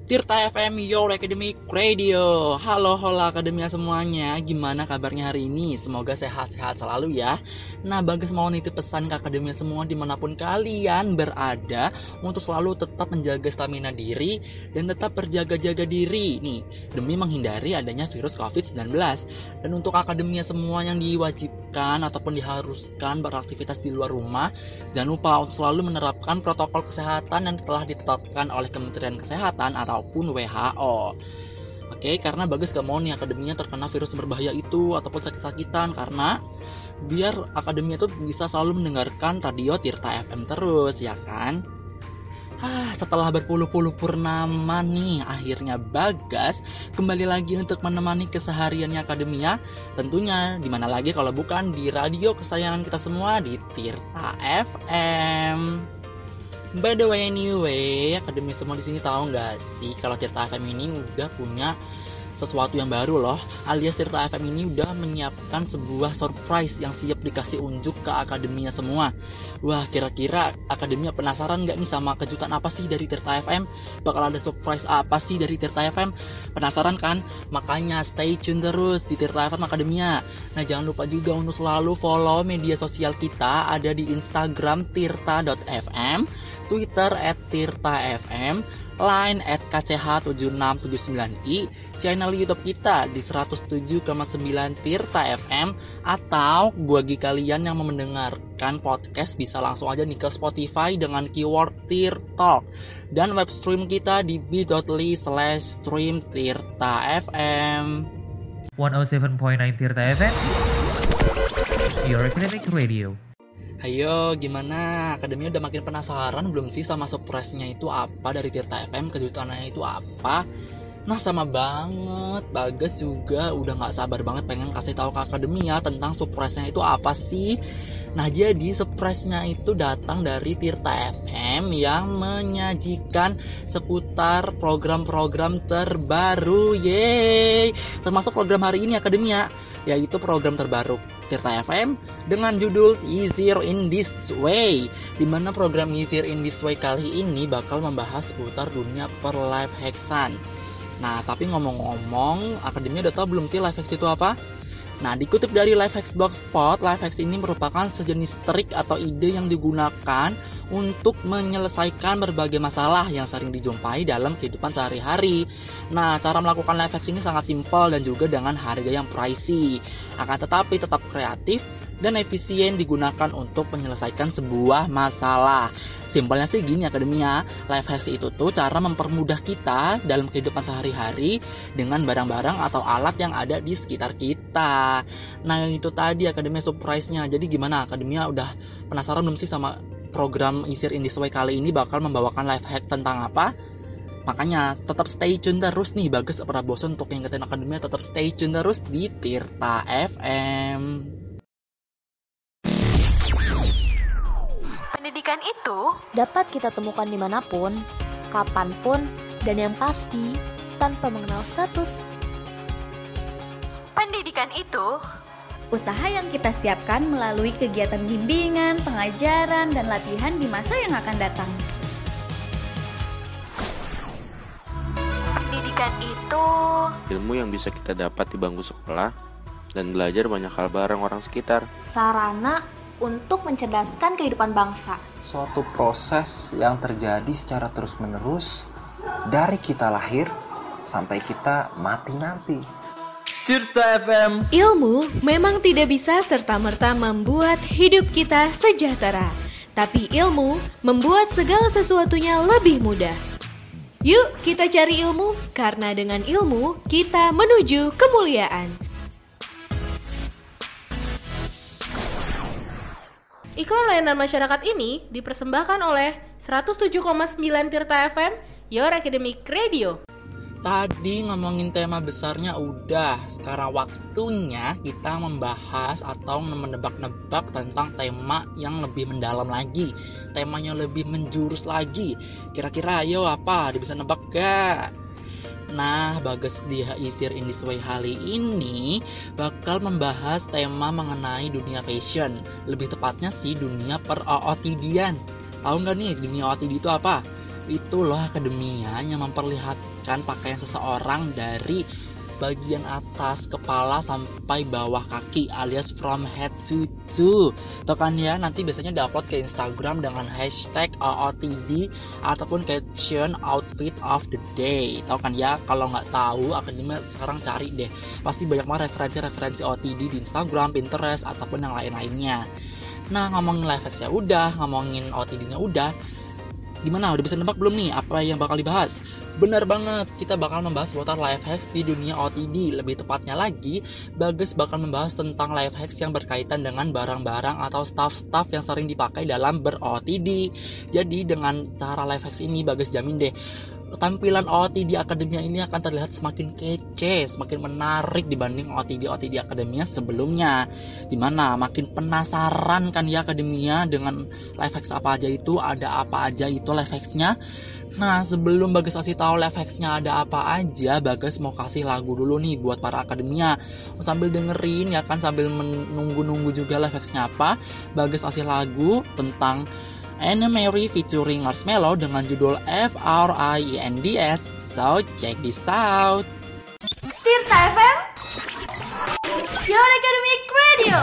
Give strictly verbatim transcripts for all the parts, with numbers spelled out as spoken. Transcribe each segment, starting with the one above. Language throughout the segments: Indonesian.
Tirta F M, Your Academic Radio. Halo, hola akademia semuanya. Gimana kabarnya hari ini? Semoga sehat-sehat selalu ya. Nah, Bagas mau nitip pesan ke akademia semua dimanapun kalian berada, untuk selalu tetap menjaga stamina diri dan tetap berjaga-jaga diri nih, demi menghindari adanya virus covid sembilan belas. Dan untuk akademia semua yang diwajibkan ataupun diharuskan beraktivitas di luar rumah, jangan lupa untuk selalu menerapkan protokol kesehatan yang telah ditetapkan oleh Kementerian Kesehatan ataupun W H O. Oke, karena Bagas gak mau nih akademinya terkena virus berbahaya itu ataupun sakit-sakitan, karena biar akademia itu bisa selalu mendengarkan radio Tirta F M terus, ya kan? Ah, setelah berpuluh-puluh purnama nih, akhirnya Bagas kembali lagi untuk menemani kesehariannya akademia. Tentunya dimana lagi kalau bukan di radio kesayangan kita semua, di Tirta F M. By the way, anyway, akademi semua di sini tahu nggak sih kalau Tirta F M ini udah punya sesuatu yang baru loh, alias Tirta F M ini udah menyiapkan sebuah surprise yang siap dikasih unjuk ke akademinya semua. Wah, kira-kira akademia penasaran nggak nih sama kejutan apa sih dari Tirta F M? Bakal ada surprise apa sih dari Tirta F M? Penasaran kan? Makanya stay tune terus di Tirta F M Akademia. Nah, jangan lupa juga untuk selalu follow media sosial kita, ada di Instagram tirta dot f m, Twitter at tirta f m, Line at k c h tujuh enam tujuh sembilan i, channel YouTube kita di seratus tujuh koma sembilan Tirta F M, atau bagi kalian yang mau mendengarkan podcast bisa langsung aja nih ke Spotify dengan keyword Tirtalk, dan web stream kita di bit.ly slash stream Tirta F M. seratus tujuh koma sembilan Tirta F M, Your Academic Radio. Ayo, gimana? Akademia udah makin penasaran belum sih sama surprise-nya itu apa dari Tirta F M? Kejutannya itu apa? Nah, sama banget. Bagas juga udah gak sabar banget pengen kasih tahu ke akademia tentang surprise-nya itu apa sih. Nah, jadi surprise-nya itu datang dari Tirta F M yang menyajikan seputar program-program terbaru. Yeay! Termasuk program hari ini akademia, yaitu program terbaru Tirta F M dengan judul Easier in This Way, di mana program Easier in This Way kali ini bakal membahas seputar dunia per life hacksan. Nah, tapi ngomong-ngomong, akademia udah tahu belum sih life hacks itu apa? Nah, dikutip dari Lifehacks Blogspot, life hacks ini merupakan sejenis trik atau ide yang digunakan untuk menyelesaikan berbagai masalah yang sering dijumpai dalam kehidupan sehari-hari. Nah, cara melakukan life hacks ini sangat simpel dan juga dengan harga yang pricey. Akan tetapi tetap kreatif dan efisien digunakan untuk menyelesaikan sebuah masalah. Simpelnya sih gini akademia, life hacks itu tuh cara mempermudah kita dalam kehidupan sehari-hari dengan barang-barang atau alat yang ada di sekitar kita. Nah, yang itu tadi akademia surprise-nya. Jadi gimana akademia udah penasaran belum sih sama program Easier in This Way kali ini bakal membawakan life hack tentang apa? Makanya tetap stay tune terus nih. Bagas pernah bosan untuk ngingetin akademia, tetap stay tune terus di Tirta F M. Pendidikan itu dapat kita temukan dimanapun, kapanpun, dan yang pasti tanpa mengenal status. Pendidikan itu usaha yang kita siapkan melalui kegiatan bimbingan, pengajaran, dan latihan di masa yang akan datang. Pendidikan itu ilmu yang bisa kita dapat di bangku sekolah dan belajar banyak hal bareng orang sekitar. Sarana untuk mencerdaskan kehidupan bangsa. Suatu proses yang terjadi secara terus-menerus dari kita lahir sampai kita mati nanti. Tirta F M. Ilmu memang tidak bisa serta-merta membuat hidup kita sejahtera, tapi ilmu membuat segala sesuatunya lebih mudah. Yuk kita cari ilmu, karena dengan ilmu kita menuju kemuliaan. Iklan layanan masyarakat ini dipersembahkan oleh seratus tujuh koma sembilan Tirta F M, Your Academic Radio. Tadi ngomongin tema besarnya udah, sekarang waktunya kita membahas atau menebak-nebak tentang tema yang lebih mendalam lagi, temanya lebih menjurus lagi. Kira-kira ayo apa, dia bisa nebak gak? Nah, Bagas di Easier in This Way kali ini bakal membahas tema mengenai dunia fashion. Lebih tepatnya sih dunia per-O O T D-an. Tahu nggak nih dunia O O T D itu apa? itu loh akademia yang memperlihatkan pakaian seseorang dari bagian atas kepala sampai bawah kaki alias from head to toe. Tuh kan ya, nanti biasanya diupload ke Instagram dengan hashtag O O T D ataupun caption outfit of the day. Tahu kan ya, kalau nggak tahu akademia sekarang cari deh, pasti banyak banget referensi-referensi O O T D di Instagram, Pinterest ataupun yang lain-lainnya. Nah, ngomongin life hacks ya udah, ngomongin O O T D-nya udah. Gimana, udah bisa nebak belum nih apa yang bakal dibahas? Benar banget, kita bakal membahas seputar life hacks di dunia O O T D. Lebih tepatnya lagi, Bagas bakal membahas tentang life hacks yang berkaitan dengan barang-barang atau stuff-stuff yang sering dipakai dalam ber-O O T D. Jadi dengan cara life hacks ini, Bagas jamin deh, tampilan O O T D Akademia ini akan terlihat semakin kece, semakin menarik dibanding O O T D O O T D Akademia sebelumnya. Dimana makin penasaran kan ya Akademia dengan life hacks apa aja itu, ada apa aja itu life hacksnya. Nah, sebelum Bagas kasih tahu life hacksnya ada apa aja, Bagas mau kasih lagu dulu nih buat para Akademia. Sambil dengerin ya kan, sambil menunggu-nunggu juga life hacksnya apa, Bagas kasih lagu tentang Anne Mary featuring Marshmello dengan judul F R I E N D S. So, check this out. Tirta F M, Your Academic Radio.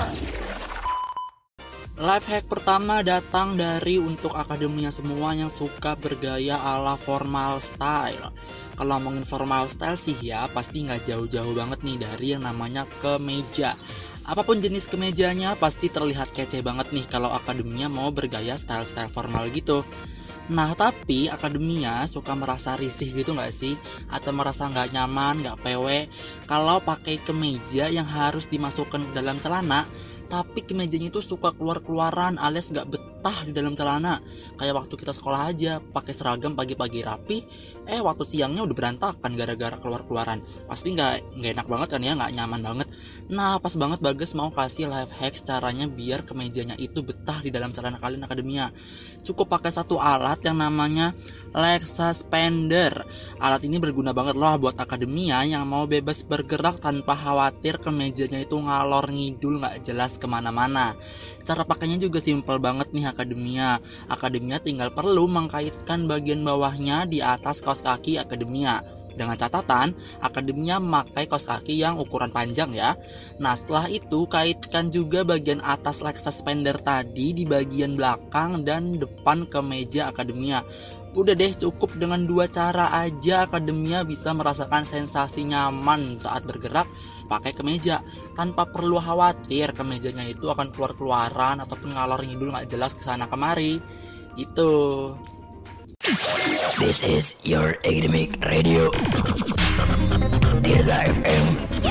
Life hack pertama datang dari untuk Akademia semua yang suka bergaya ala formal style. Kalau ngomongin formal style sih ya, pasti nggak jauh-jauh banget nih dari yang namanya kemeja. Apapun jenis kemejanya pasti terlihat kece banget nih kalau Akademia mau bergaya style-style formal gitu. Nah, tapi Akademia suka merasa risih gitu nggak sih? Atau merasa nggak nyaman, nggak P W kalau pakai kemeja yang harus dimasukkan ke dalam celana, tapi kemejanya itu suka keluar-keluaran alias nggak betah di dalam celana. Kayak waktu kita sekolah aja, pakai seragam pagi-pagi rapi, eh waktu siangnya udah berantakan gara-gara keluar-keluaran. Pasti nggak nggak enak banget kan ya, nggak nyaman banget. Nah, pas banget Bagas mau kasih life hacks caranya biar kemejanya itu betah di dalam celana kalian Akademia. Cukup pakai satu alat yang namanya leg suspender. Alat ini berguna banget loh buat Akademia yang mau bebas bergerak tanpa khawatir kemejanya itu ngalor ngidul nggak jelas kemana-mana. Cara pakainya juga simpel banget nih Akademia. Akademia tinggal perlu mengkaitkan bagian bawahnya di atas kaos kaki Akademia. Dengan catatan, Akademia memakai kaos kaki yang ukuran panjang ya. Nah, setelah itu kaitkan juga bagian atas leg suspender tadi di bagian belakang dan depan kemeja Akademia. Udah deh, cukup dengan dua cara aja Akademia bisa merasakan sensasi nyaman saat bergerak pakai kemeja tanpa perlu khawatir kemejanya itu akan keluar-keluaran ataupun ngalor ngidul nggak jelas kesana kemari. Itu. This is your academic radio. Tirta F M.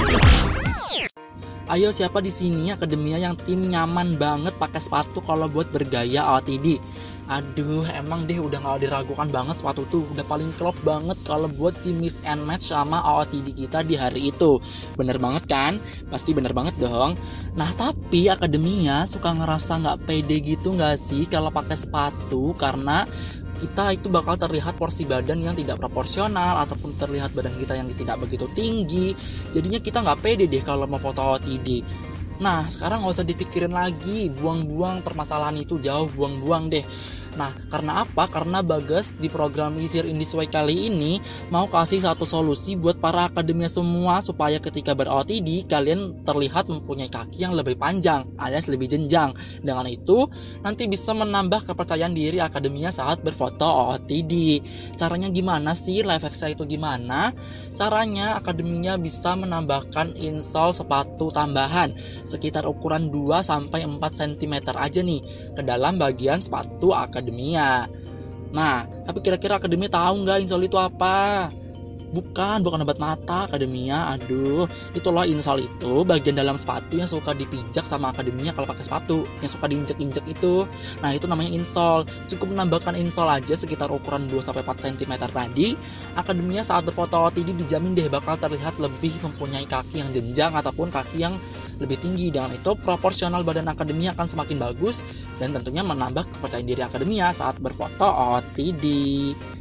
Ayo, siapa di sini Akademia yang tim nyaman banget pakai sepatu kalau buat bergaya O O T D? Aduh, emang deh udah gak diragukan banget sepatu tuh. Udah paling klop banget kalau buat tim mix and match sama O O T D kita di hari itu. Bener banget kan? Pasti bener banget dong. Nah, tapi Akademia suka ngerasa gak pede gitu gak sih kalau pakai sepatu, karena kita itu bakal terlihat porsi badan yang tidak proporsional ataupun terlihat badan kita yang tidak begitu tinggi. Jadinya kita gak pede deh kalau mau foto O O T D. Nah, sekarang gak usah dipikirin lagi, buang-buang permasalahan itu, jauh buang-buang deh. Nah, karena apa? Karena Bagas di program Easier in This Way kali ini mau kasih satu solusi buat para Akademia semua supaya ketika ber-O O T D kalian terlihat mempunyai kaki yang lebih panjang alias lebih jenjang. Dengan itu nanti bisa menambah kepercayaan diri Akademia saat berfoto O O T D. Caranya gimana sih? Life hack-nya itu gimana? Caranya Akademia bisa menambahkan insole sepatu tambahan sekitar ukuran dua sampai empat sentimeter aja nih ke dalam bagian sepatu Akademia. Nah, tapi kira-kira Akademia tahu nggak insole itu apa? Bukan, bukan obat mata Akademia. Aduh, itu loh insole itu bagian dalam sepatu yang suka dipijak sama Akademia kalau pakai sepatu, yang suka diinjek-injek itu. Nah, itu namanya insole. Cukup menambahkan insole aja sekitar ukuran dua sampai empat sentimeter tadi. Akademia saat berfoto O O T D dijamin deh bakal terlihat lebih mempunyai kaki yang jenjang ataupun kaki yang lebih tinggi. Dengan itu proporsional badan Akademia akan semakin bagus dan tentunya menambah kepercayaan diri Akademia saat berfoto O O T D.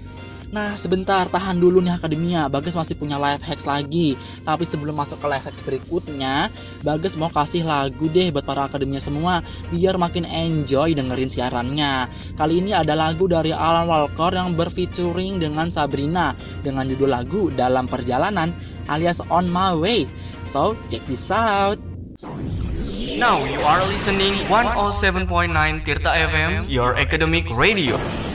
Nah sebentar, tahan dulu nih Akademia, Bagas masih punya life hacks lagi. Tapi sebelum masuk ke life hacks berikutnya, Bagas mau kasih lagu deh buat para Akademia semua, biar makin enjoy dengerin siarannya. Kali ini ada lagu dari Alan Walker yang berfeaturing dengan Sabrina, dengan judul lagu Dalam Perjalanan alias On My Way. So check this out. Now you are listening one oh seven point nine Tirta F M, your academic radio.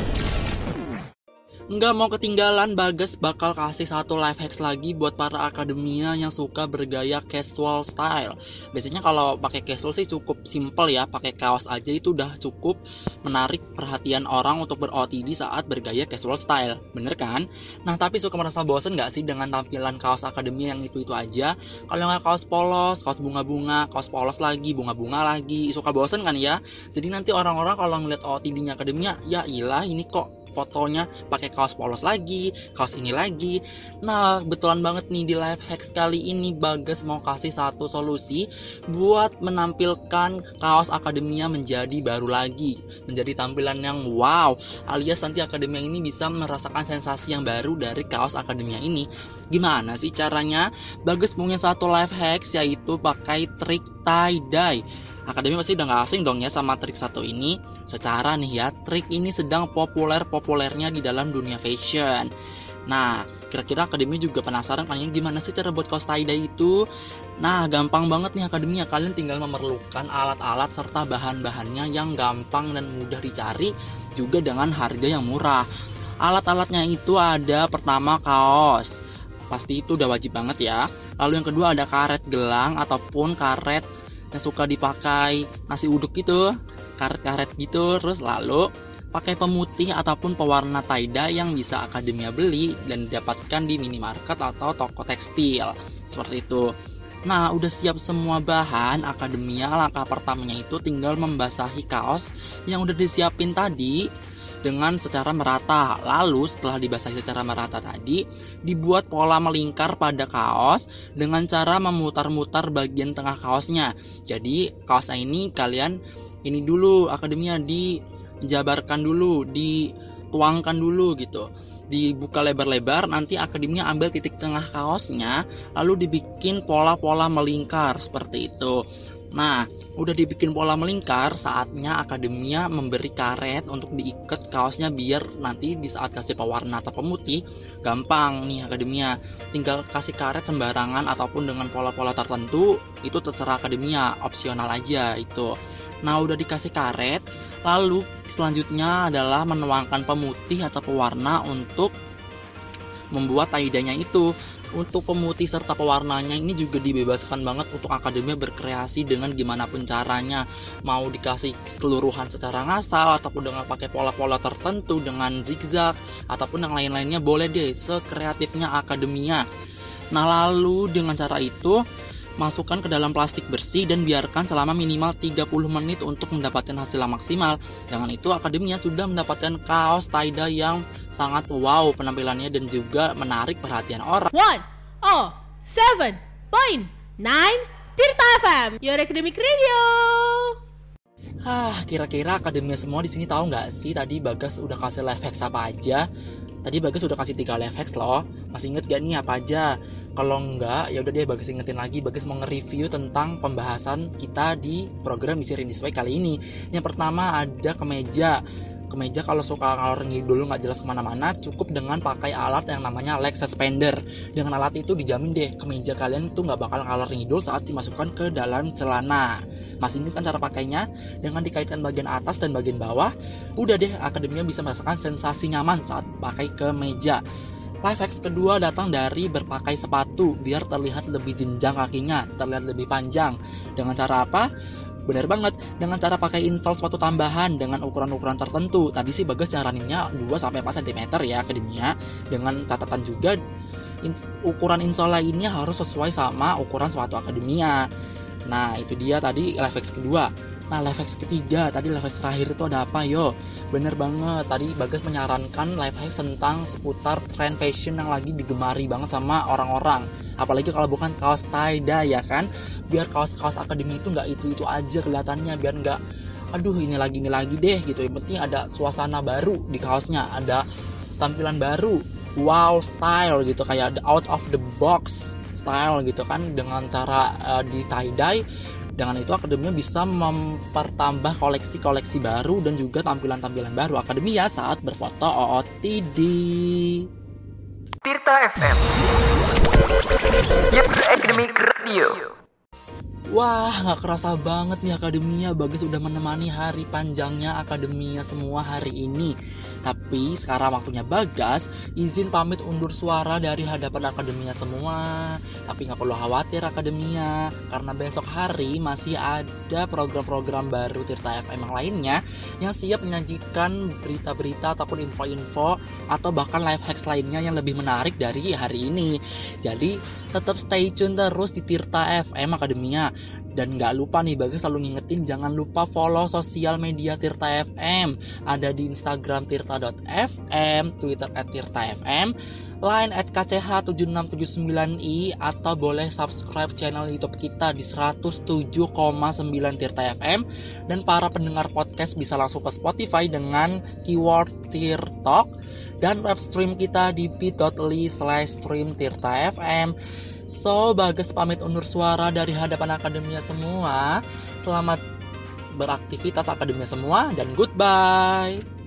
Nggak mau ketinggalan, Bagas bakal kasih satu life hacks lagi buat para Akademia yang suka bergaya casual style. Biasanya kalau pakai casual sih cukup simple ya, pakai kaos aja itu udah cukup menarik perhatian orang untuk ber-O T D saat bergaya casual style, bener kan? Nah tapi suka merasa bosen nggak sih dengan tampilan kaos Akademia yang itu-itu aja? Kalau nggak kaos polos, kaos bunga-bunga, kaos polos lagi, bunga-bunga lagi, suka bosen kan ya? Jadi nanti orang-orang kalau ngeliat O T D-nya Akademia, ya ilah ini kok fotonya pakai kaos polos lagi, kaos ini lagi. Nah, betulan banget nih di live hacks kali ini Bagas mau kasih satu solusi buat menampilkan kaos Akademia menjadi baru lagi, menjadi tampilan yang wow, alias nanti Akademia ini bisa merasakan sensasi yang baru dari kaos Akademia ini. Gimana sih caranya? Bagas punya satu live hacks, yaitu pakai trik tie-dye. Akademi pasti udah gak asing dong ya sama trik satu ini. Secara nih ya, trik ini sedang populer-populernya di dalam dunia fashion. Nah, kira-kira Akademi juga penasaran kan ya gimana sih cara buat kaos tie-dye itu? Nah, gampang banget nih Akademi. Kalian tinggal memerlukan alat-alat serta bahan-bahannya yang gampang dan mudah dicari, juga dengan harga yang murah. Alat-alatnya itu ada pertama kaos. Pasti itu udah wajib banget ya. Lalu yang kedua ada karet gelang ataupun karet yang suka dipakai nasi uduk gitu, karet-karet gitu. Terus lalu pakai pemutih ataupun pewarna tie-dye yang bisa Akademia beli dan didapatkan di minimarket atau toko tekstil seperti itu. Nah udah siap semua bahan, Akademia langkah pertamanya itu tinggal membasahi kaos yang udah disiapin tadi dengan secara merata. Lalu setelah dibasahi secara merata tadi, dibuat pola melingkar pada kaos dengan cara memutar-mutar bagian tengah kaosnya. Jadi kaosnya ini kalian ini dulu Akademia dijabarkan dulu, dituangkan dulu gitu, dibuka lebar-lebar. Nanti Akademia ambil titik tengah kaosnya, lalu dibikin pola-pola melingkar seperti itu. Nah, udah dibikin pola melingkar, saatnya Akademia memberi karet untuk diikat kaosnya biar nanti di saat kasih pewarna atau pemutih gampang nih Akademia. Tinggal kasih karet sembarangan ataupun dengan pola-pola tertentu, itu terserah Akademia, opsional aja itu. Nah, udah dikasih karet, lalu selanjutnya adalah menuangkan pemutih atau pewarna untuk membuat tie-dye-nya itu. Untuk pemutih serta pewarnanya ini juga dibebaskan banget untuk Akademia berkreasi dengan gimana pun caranya. Mau dikasih keseluruhan secara ngasal ataupun dengan pakai pola-pola tertentu dengan zigzag ataupun yang lain-lainnya, boleh deh, sekreatifnya Akademia. Nah lalu dengan cara itu masukkan ke dalam plastik bersih dan biarkan selama minimal tiga puluh menit untuk mendapatkan hasil yang maksimal. Dengan itu Akademia sudah mendapatkan kaos tie-dye yang sangat wow penampilannya dan juga menarik perhatian orang. one oh seven point nine Tirta F M, your academic radio. Hah, kira-kira Akademia semua di sini tahu nggak sih tadi Bagas udah kasih life hacks apa aja? Tadi Bagas udah kasih tiga life hacks loh. Masih inget gak nih apa aja? Kalau enggak, ya udah deh Bagas ingetin lagi. Bagas mau nge-review tentang pembahasan kita di program Misi Rindy Sway kali ini. Yang pertama ada kemeja. Kemeja kalau suka ngalor ngidul nggak jelas kemana-mana, cukup dengan pakai alat yang namanya leg suspender. Dengan alat itu dijamin deh kemeja kalian itu nggak bakal ngalor ngidul saat dimasukkan ke dalam celana. Masih ingat kan cara pakainya? Dengan dikaitkan bagian atas dan bagian bawah, udah deh Akademia bisa merasakan sensasi nyaman saat pakai kemeja. Life hacks kedua datang dari berpakai sepatu biar terlihat lebih jenjang kakinya, terlihat lebih panjang. Dengan cara apa? Benar banget, dengan cara pakai insole sepatu tambahan dengan ukuran-ukuran tertentu. Tadi sih Bagas nyaraninnya dua sampai empat sentimeter ya Akademia. Dengan catatan juga ins- ukuran insole lainnya harus sesuai sama ukuran sepatu Akademia. Nah itu dia tadi life hacks kedua. Nah life hacks ketiga, tadi life hacks terakhir itu ada apa yo? Bener banget, tadi Bagas menyarankan life hacks tentang seputar trend fashion yang lagi digemari banget sama orang-orang. Apalagi kalau bukan kaos tie-dye ya kan, biar kaos-kaos Akademia itu nggak itu-itu aja kelihatannya, biar nggak aduh ini lagi ini lagi deh gitu. Yang penting ada suasana baru di kaosnya, ada tampilan baru, wow style gitu, kayak the out of the box style gitu kan, dengan cara uh, di tie-dye. Dengan itu Akademia bisa mempertambah koleksi-koleksi baru dan juga tampilan-tampilan baru Akademia saat berfoto O O T D. Tirta F M, Your Academic Radio. Wah, gak kerasa banget nih Akademia, Bagas udah menemani hari panjangnya Akademia semua hari ini. Tapi sekarang waktunya Bagas izin pamit undur suara dari hadapan Akademia semua. Tapi gak perlu khawatir Akademia, karena besok hari masih ada program-program baru Tirta F M yang lainnya yang siap menyajikan berita-berita ataupun info-info atau bahkan life hacks lainnya yang lebih menarik dari hari ini. Jadi tetap stay tune terus di Tirta F M Akademia. Dan gak lupa nih, Bagas selalu ngingetin jangan lupa follow sosial media Tirta F M. Ada di Instagram tirta dot f m, Twitter at tirta f m, Line at k c h tujuh enam tujuh sembilan i, atau boleh subscribe channel YouTube kita di seratus tujuh koma sembilan Tirta F M. Dan para pendengar podcast bisa langsung ke Spotify dengan keyword Tirtalk, dan web stream kita di bit dot l y slash stream tirta f m. So, Bagas pamit undur suara dari hadapan Akademia semua. Selamat beraktivitas Akademia semua dan goodbye.